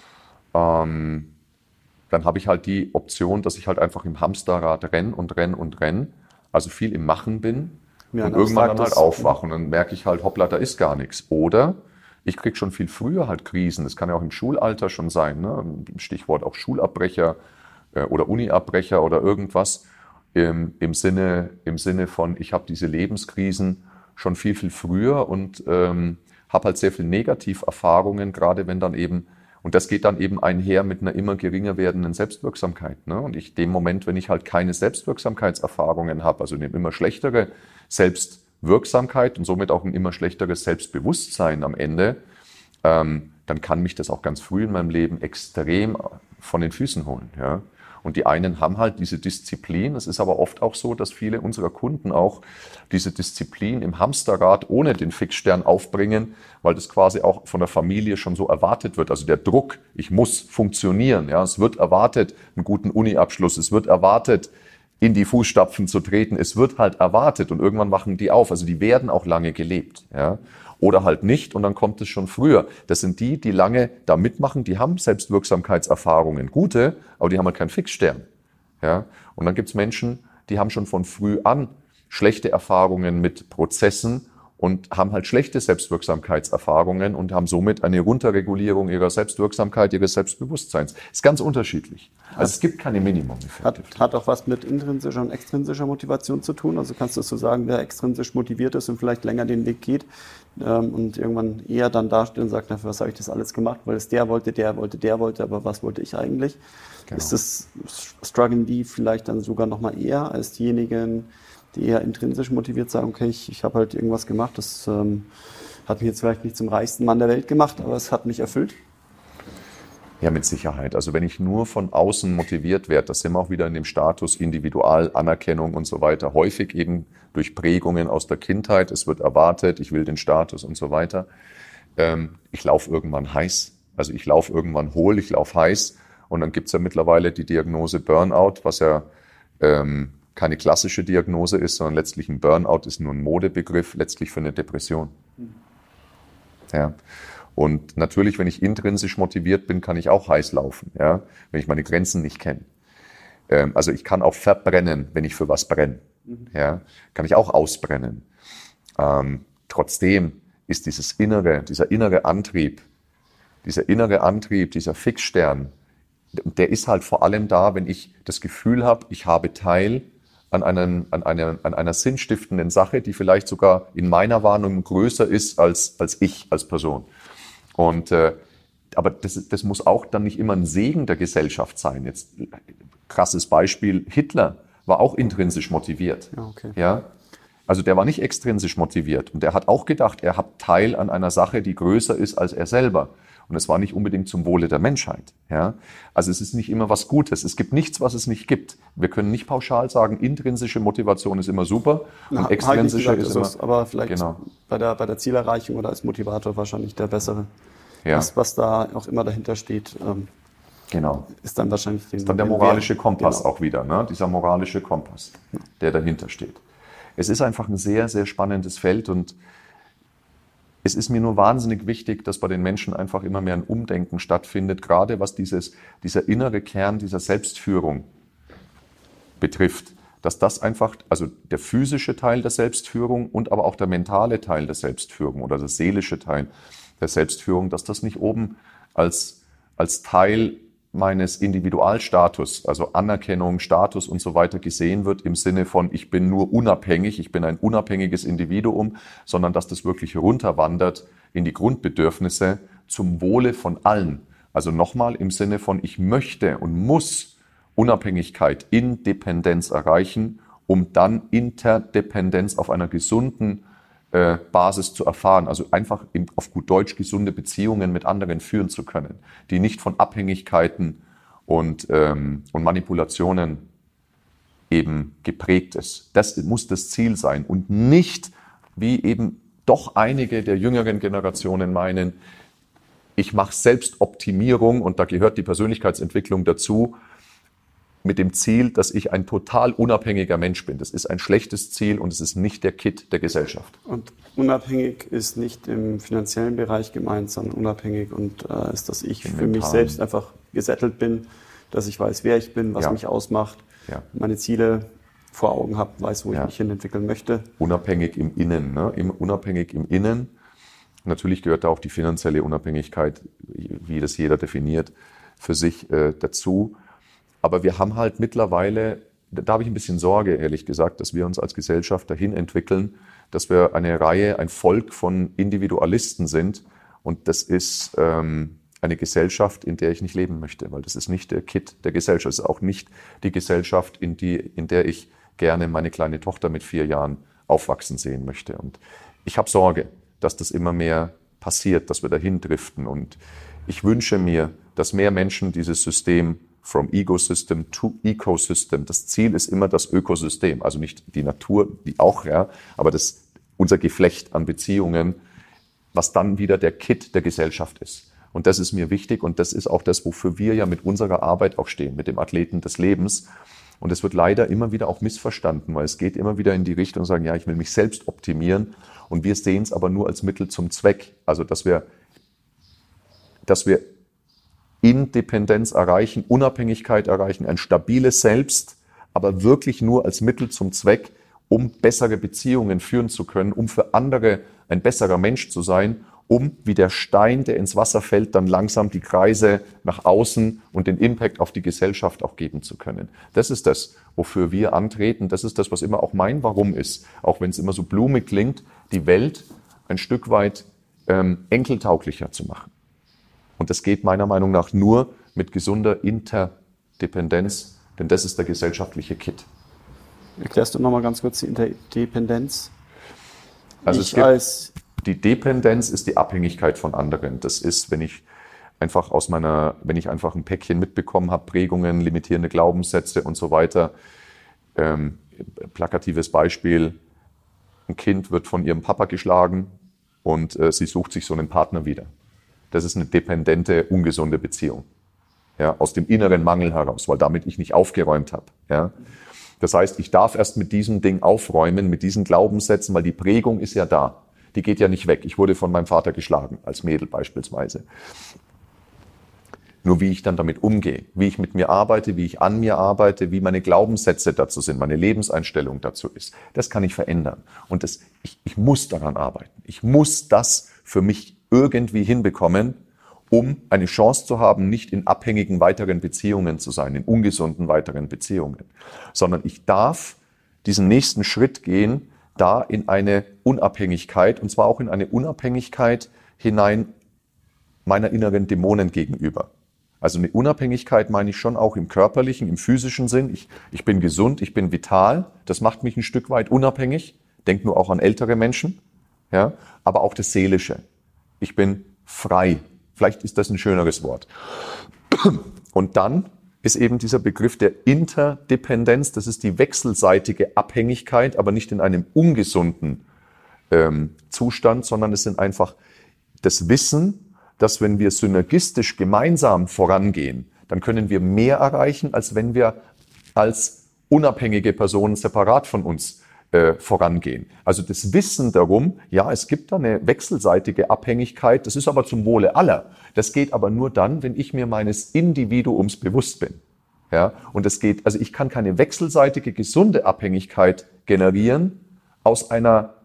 ähm, dann habe ich halt die Option, dass ich halt einfach im Hamsterrad renn und renn und renn, also viel im Machen bin ja, und irgendwann dann halt aufwache und dann merke ich halt, hoppla, da ist gar nichts. Oder ich kriege schon viel früher halt Krisen, das kann ja auch im Schulalter schon sein, ne? Stichwort auch Schulabbrecher äh, oder Uniabbrecher oder irgendwas, im, im, Sinne, im Sinne von, ich habe diese Lebenskrisen schon viel, viel früher und ähm, habe halt sehr viel Negativerfahrungen, gerade wenn dann eben, und das geht dann eben einher mit einer immer geringer werdenden Selbstwirksamkeit. Ne? Und ich dem Moment, wenn ich halt keine Selbstwirksamkeitserfahrungen habe, also eine immer schlechtere Selbstwirksamkeit und somit auch ein immer schlechteres Selbstbewusstsein am Ende, ähm, dann kann mich das auch ganz früh in meinem Leben extrem von den Füßen holen. Ja? Und die einen haben halt diese Disziplin. Es ist aber oft auch so, dass viele unserer Kunden auch diese Disziplin im Hamsterrad ohne den Fixstern aufbringen, weil das quasi auch von der Familie schon so erwartet wird. Also der Druck, ich muss funktionieren. Ja, es wird erwartet, einen guten Uni-Abschluss. Es wird erwartet, in die Fußstapfen zu treten. Es wird halt erwartet und irgendwann wachen die auf. Also die werden auch lange gelebt. Ja. Oder halt nicht und dann kommt es schon früher. Das sind die, die lange da mitmachen, die haben Selbstwirksamkeitserfahrungen, gute, aber die haben halt keinen Fixstern. Ja? Und dann gibt es Menschen, die haben schon von früh an schlechte Erfahrungen mit Prozessen und haben halt schlechte Selbstwirksamkeitserfahrungen und haben somit eine Runterregulierung ihrer Selbstwirksamkeit, ihres Selbstbewusstseins. Ist ganz unterschiedlich. Also es gibt keine Minimum-Effekte. Hat, hat auch was mit intrinsischer und extrinsischer Motivation zu tun. Also kannst du so sagen, wer extrinsisch motiviert ist und vielleicht länger den Weg geht ähm, und irgendwann eher dann dasteht und sagt, na, für was habe ich das alles gemacht? Weil es der wollte, der wollte, der wollte, aber was wollte ich eigentlich? Genau. Ist das, strugglen die vielleicht dann sogar noch mal eher als diejenigen, die eher intrinsisch motiviert sagen, okay, ich, ich habe halt irgendwas gemacht, das ähm, hat mich jetzt vielleicht nicht zum reichsten Mann der Welt gemacht, aber es hat mich erfüllt? Ja, mit Sicherheit. Also wenn ich nur von außen motiviert werde, das sind wir auch wieder in dem Status Individual, Anerkennung und so weiter, häufig eben durch Prägungen aus der Kindheit, es wird erwartet, ich will den Status und so weiter. Ähm, ich laufe irgendwann heiß. Also ich laufe irgendwann hohl, ich laufe heiß und dann gibt es ja mittlerweile die Diagnose Burnout, was ja ähm, keine klassische Diagnose ist, sondern letztlich ein Burnout ist nur ein Modebegriff, letztlich für eine Depression. Ja. Und natürlich, wenn ich intrinsisch motiviert bin, kann ich auch heiß laufen, ja, wenn ich meine Grenzen nicht kenne. Ähm, also ich kann auch verbrennen, wenn ich für was brenne. Ja, kann ich auch ausbrennen. Ähm, trotzdem ist dieses innere, dieser innere Antrieb, dieser innere Antrieb, dieser Fixstern, der ist halt vor allem da, wenn ich das Gefühl habe, ich habe Teil an, einen, an, einer, an einer sinnstiftenden Sache, die vielleicht sogar in meiner Wahrnehmung größer ist als, als ich als Person. Und, äh, aber das, das muss auch dann nicht immer ein Segen der Gesellschaft sein. Jetzt krasses Beispiel, Hitler war auch intrinsisch motiviert. Ja, okay. Ja? Also der war nicht extrinsisch motiviert. Und er hat auch gedacht, er hat Teil an einer Sache, die größer ist als er selber. Und es war nicht unbedingt zum Wohle der Menschheit. Ja? Also es ist nicht immer was Gutes. Es gibt nichts, was es nicht gibt. Wir können nicht pauschal sagen, intrinsische Motivation ist immer super und Na, extrinsische gesagt, ist ist immer... aber vielleicht genau. bei der, bei der Zielerreichung oder als Motivator wahrscheinlich der bessere. Ja. Was, was da auch immer dahinter steht, ähm, Genau. ist dann wahrscheinlich... Den, ist dann der den moralische Wert. Kompass Genau. auch wieder, ne? Dieser moralische Kompass, der dahinter steht. Es ist einfach ein sehr, sehr spannendes Feld und es ist mir nur wahnsinnig wichtig, dass bei den Menschen einfach immer mehr ein Umdenken stattfindet, gerade was dieses, dieser innere Kern dieser Selbstführung betrifft, dass das einfach, also der physische Teil der Selbstführung und aber auch der mentale Teil der Selbstführung oder der seelische Teil der Selbstführung, dass das nicht oben als, als Teil meines Individualstatus, also Anerkennung, Status und so weiter gesehen wird im Sinne von, ich bin nur unabhängig, ich bin ein unabhängiges Individuum, sondern dass das wirklich runterwandert in die Grundbedürfnisse zum Wohle von allen. Also nochmal im Sinne von, ich möchte und muss Unabhängigkeit, Independenz erreichen, um dann Interdependenz auf einer gesunden äh, Basis zu erfahren. Also einfach im, auf gut Deutsch gesunde Beziehungen mit anderen führen zu können, die nicht von Abhängigkeiten und, ähm, und Manipulationen eben geprägt ist. Das muss das Ziel sein und nicht, wie eben doch einige der jüngeren Generationen meinen, ich mache Selbstoptimierung und da gehört die Persönlichkeitsentwicklung dazu, mit dem Ziel, dass ich ein total unabhängiger Mensch bin. Das ist ein schlechtes Ziel und es ist nicht der Kit der Gesellschaft. Und unabhängig ist nicht im finanziellen Bereich gemeint, sondern unabhängig und äh, ist, dass ich Im für mich Mentalen. selbst einfach gesettelt bin, dass ich weiß, wer ich bin, was Ja. mich ausmacht, Ja. meine Ziele vor Augen habe, weiß, wo Ja. ich mich hin entwickeln möchte. Unabhängig im Innen, ne? Im, unabhängig im Innen. Natürlich gehört da auch die finanzielle Unabhängigkeit, wie das jeder definiert, für sich äh, dazu. Aber wir haben halt mittlerweile, da habe ich ein bisschen Sorge, ehrlich gesagt, dass wir uns als Gesellschaft dahin entwickeln, dass wir eine Reihe, ein Volk von Individualisten sind. Und das ist ähm, eine Gesellschaft, in der ich nicht leben möchte, weil das ist nicht der Kit der Gesellschaft. Es ist auch nicht die Gesellschaft, in, die, in der ich gerne meine kleine Tochter mit vier Jahren aufwachsen sehen möchte. Und ich habe Sorge, dass das immer mehr passiert, dass wir dahin driften. Und ich wünsche mir, dass mehr Menschen dieses System from Ecosystem to Ecosystem. Das Ziel ist immer das Ökosystem, also nicht die Natur, die auch, ja, aber das, unser Geflecht an Beziehungen, was dann wieder der Kit der Gesellschaft ist. Und das ist mir wichtig und das ist auch das, wofür wir ja mit unserer Arbeit auch stehen, mit dem Athleten des Lebens. Und es wird leider immer wieder auch missverstanden, weil es geht immer wieder in die Richtung, sagen, ja, ich will mich selbst optimieren und wir sehen es aber nur als Mittel zum Zweck. Also, dass wir, dass wir Independenz erreichen, Unabhängigkeit erreichen, ein stabiles Selbst, aber wirklich nur als Mittel zum Zweck, um bessere Beziehungen führen zu können, um für andere ein besserer Mensch zu sein, um wie der Stein, der ins Wasser fällt, dann langsam die Kreise nach außen und den Impact auf die Gesellschaft auch geben zu können. Das ist das, wofür wir antreten. Das ist das, was immer auch mein Warum ist, auch wenn es immer so blumig klingt, die Welt ein Stück weit ähm, enkeltauglicher zu machen. Und das geht meiner Meinung nach nur mit gesunder Interdependenz, denn das ist der gesellschaftliche Kit. Erklärst du nochmal ganz kurz die Interdependenz? Also ich es gibt, als die Dependenz ist die Abhängigkeit von anderen. Das ist, wenn ich einfach aus meiner, wenn ich einfach ein Päckchen mitbekommen habe, Prägungen, limitierende Glaubenssätze und so weiter. Ähm, plakatives Beispiel, ein Kind wird von ihrem Papa geschlagen und äh, sie sucht sich so einen Partner wieder. das ist eine dependente, ungesunde Beziehung. Ja, aus dem inneren Mangel heraus, weil damit ich nicht aufgeräumt habe. Ja. Das heißt, ich darf erst mit diesem Ding aufräumen, mit diesen Glaubenssätzen, weil die Prägung ist ja da. Die geht ja nicht weg. Ich wurde von meinem Vater geschlagen, als Mädel beispielsweise. Nur wie ich dann damit umgehe, wie ich mit mir arbeite, wie ich an mir arbeite, wie meine Glaubenssätze dazu sind, meine Lebenseinstellung dazu ist, das kann ich verändern. Und das, ich, ich muss daran arbeiten. Ich muss das für mich irgendwie hinbekommen, um eine Chance zu haben, nicht in abhängigen weiteren Beziehungen zu sein, in ungesunden weiteren Beziehungen, sondern ich darf diesen nächsten Schritt gehen, da in eine Unabhängigkeit, und zwar auch in eine Unabhängigkeit hinein meiner inneren Dämonen gegenüber. Also eine Unabhängigkeit meine ich schon auch im körperlichen, im physischen Sinn. Ich, ich bin gesund, ich bin vital, das macht mich ein Stück weit unabhängig. Denk nur auch an ältere Menschen, ja, aber auch das Seelische. Ich bin frei. Vielleicht ist das ein schöneres Wort. Und dann ist eben dieser Begriff der Interdependenz, das ist die wechselseitige Abhängigkeit, aber nicht in einem ungesunden ähm, Zustand, sondern es sind einfach das Wissen, dass wenn wir synergistisch gemeinsam vorangehen, dann können wir mehr erreichen, als wenn wir als unabhängige Personen separat von uns Äh, vorangehen. Also das Wissen darum, ja, es gibt da eine wechselseitige Abhängigkeit, das ist aber zum Wohle aller. Das geht aber nur dann, wenn ich mir meines Individuums bewusst bin. Ja, und es geht, also ich kann keine wechselseitige, gesunde Abhängigkeit generieren aus einer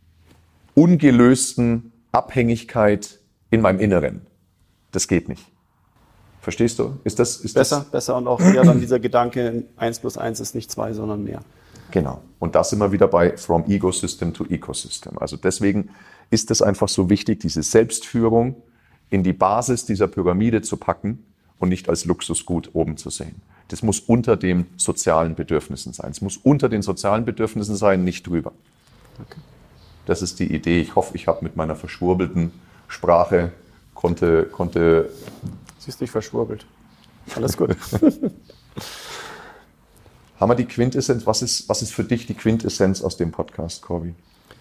ungelösten Abhängigkeit in meinem Inneren. Das geht nicht. Verstehst du? Ist das, ist besser, das besser und auch eher dann dieser Gedanke, eins plus eins ist nicht zwei, sondern mehr. Genau. Und da sind wir wieder bei From Ecosystem to Ecosystem. Also deswegen ist es einfach so wichtig, diese Selbstführung in die Basis dieser Pyramide zu packen und nicht als Luxusgut oben zu sehen. Das muss unter den sozialen Bedürfnissen sein. Es muss unter den sozialen Bedürfnissen sein, nicht drüber. Okay. Das ist die Idee. Ich hoffe, ich habe mit meiner verschwurbelten Sprache konnte... konnte Sie ist nicht verschwurbelt. Alles gut. Haben wir die Quintessenz? Was ist, was ist für dich die Quintessenz aus dem Podcast, Corby?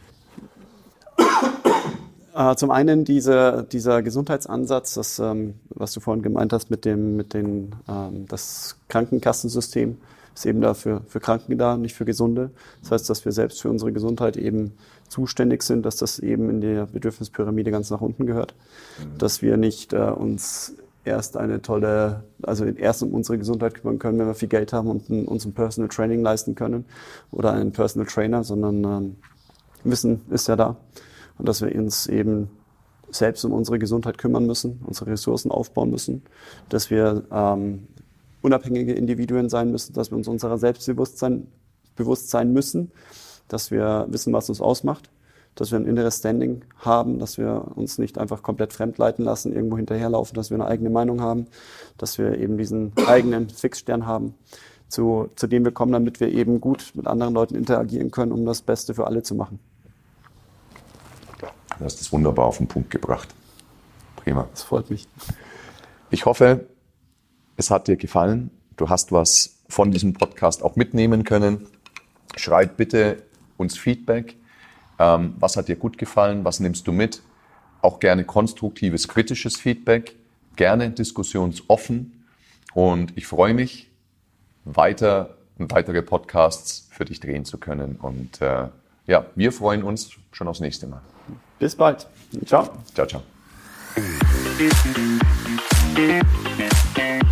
Zum einen diese, dieser Gesundheitsansatz, das, ähm, was du vorhin gemeint hast mit dem, mit den, ähm, das Krankenkassensystem ist eben da für, für Kranken da, nicht für Gesunde. Das heißt, dass wir selbst für unsere Gesundheit eben zuständig sind, dass das eben in der Bedürfnispyramide ganz nach unten gehört. Mhm. Dass wir nicht äh, uns erst eine tolle, also erst um unsere Gesundheit kümmern können, wenn wir viel Geld haben und ein, uns ein Personal Training leisten können oder einen Personal Trainer, sondern ähm, Wissen ist ja da. Und dass wir uns eben selbst um unsere Gesundheit kümmern müssen, unsere Ressourcen aufbauen müssen, dass wir ähm, unabhängige Individuen sein müssen, dass wir uns unserer Selbstbewusstsein bewusst sein müssen, dass wir wissen, was uns ausmacht, dass wir ein inneres Standing haben, dass wir uns nicht einfach komplett fremdleiten lassen, irgendwo hinterherlaufen, dass wir eine eigene Meinung haben, dass wir eben diesen eigenen Fixstern haben, zu, zu dem wir kommen, damit wir eben gut mit anderen Leuten interagieren können, um das Beste für alle zu machen. Du hast das wunderbar auf den Punkt gebracht. Prima. Das freut mich. Ich hoffe, es hat dir gefallen. Du hast was von diesem Podcast auch mitnehmen können. Schreib bitte uns Feedback. Ähm, was hat dir gut gefallen? Was nimmst du mit? Auch gerne konstruktives, kritisches Feedback. Gerne diskussionsoffen. Und ich freue mich, weiter und weitere Podcasts für dich drehen zu können. Und äh, ja, wir freuen uns schon aufs nächste Mal. Bis bald. Ciao. Ciao, ciao.